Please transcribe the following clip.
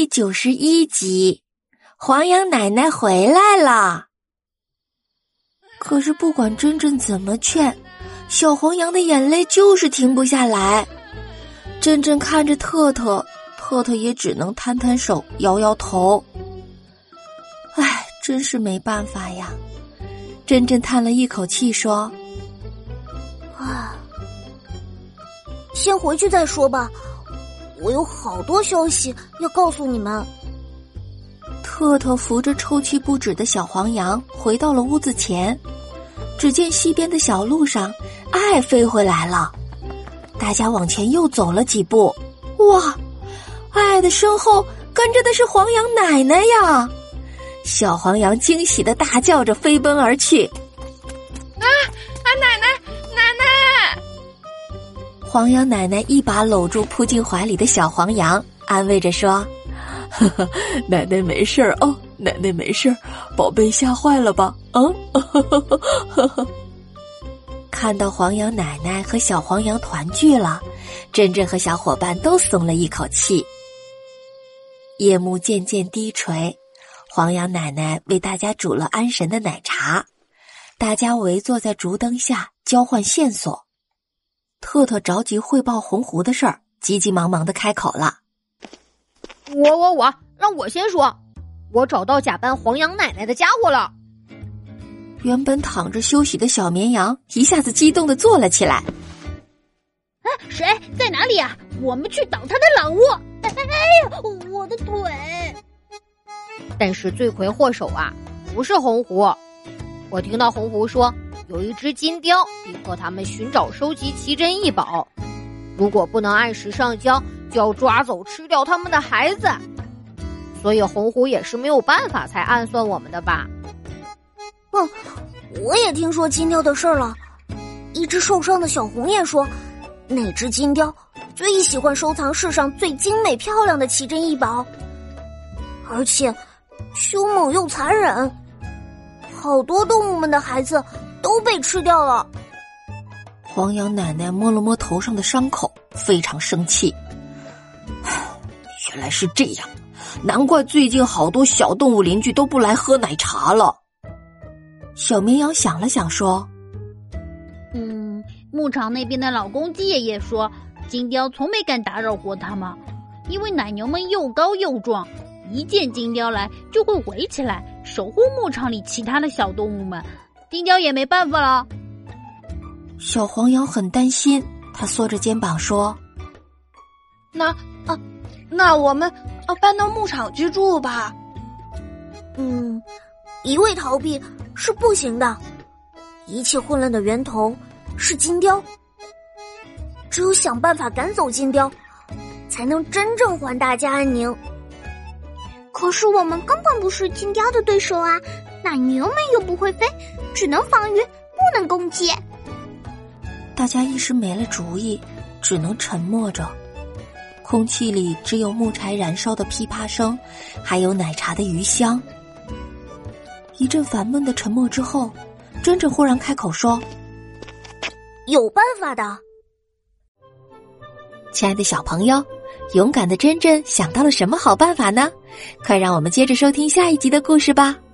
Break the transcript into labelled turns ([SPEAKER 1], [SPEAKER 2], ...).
[SPEAKER 1] 191集，黄羊奶奶回来了。可是不管珍珍怎么劝，小黄羊的眼泪就是停不下来。珍珍看着特特，特特也只能摊摊手，摇摇头。唉，真是没办法呀。珍珍叹了一口气说：
[SPEAKER 2] 先回去再说吧，我有好多消息要告诉你们。
[SPEAKER 1] 特特扶着抽泣不止的小黄羊回到了屋子前，只见西边的小路上，爱飞回来了。大家往前又走了几步，哇，爱的身后跟着的是黄羊奶奶呀！小黄羊惊喜地大叫着飞奔而去。
[SPEAKER 3] 奶奶！
[SPEAKER 1] 黄羊奶奶一把搂住扑进怀里的小黄羊，安慰着说：呵呵，奶奶没事儿哦，奶奶没事儿，宝贝吓坏了吧？看到黄羊奶奶和小黄羊团聚了，珍珍和小伙伴都松了一口气。夜幕渐渐低垂，黄羊奶奶为大家煮了安神的奶茶，大家围坐在烛灯下交换线索。特特着急汇报红狐的事儿，急急忙忙地开口了：
[SPEAKER 3] 我，让我先说，我找到假扮黄羊奶奶的家伙了。
[SPEAKER 1] 原本躺着休息的小绵羊一下子激动地坐了起来。
[SPEAKER 3] 谁在哪里啊？我们去挡他的懒窝！哎呀，我的腿！但是罪魁祸首啊，不是红狐。我听到红狐说，有一只金雕逼迫他们寻找收集奇珍异宝，如果不能按时上交，就要抓走吃掉他们的孩子。所以红狐也是没有办法才暗算我们的吧？
[SPEAKER 2] 我也听说金雕的事儿了。一只受伤的小红也说，那只金雕最喜欢收藏世上最精美漂亮的奇珍异宝，而且凶猛又残忍，好多动物们的孩子都被吃掉了。
[SPEAKER 1] 黄羊奶奶摸了摸头上的伤口，非常生气。原来是这样，难怪最近好多小动物邻居都不来喝奶茶了。小绵羊想了想说：
[SPEAKER 4] 牧场那边的老公鸡爷爷说，金雕从没敢打扰过他们，因为奶牛们又高又壮，一见金雕来就会围起来守护牧场里其他的小动物们，金雕也没办法了。
[SPEAKER 1] 小黄羊很担心，他缩着肩膀说：
[SPEAKER 5] 那我们搬到牧场去住吧。
[SPEAKER 2] 一味逃避是不行的，一切混乱的源头是金雕，只有想办法赶走金雕，才能真正还大家安宁。
[SPEAKER 6] 可是我们根本不是金雕的对手啊，奶牛们又不会飞，只能防御，不能攻击。
[SPEAKER 1] 大家一时没了主意，只能沉默着。空气里只有木柴燃烧的噼啪声，还有奶茶的余香。一阵烦闷的沉默之后，珍珍忽然开口说：
[SPEAKER 2] 有办法的。
[SPEAKER 1] 亲爱的小朋友，勇敢的珍珍想到了什么好办法呢？快让我们接着收听下一集的故事吧。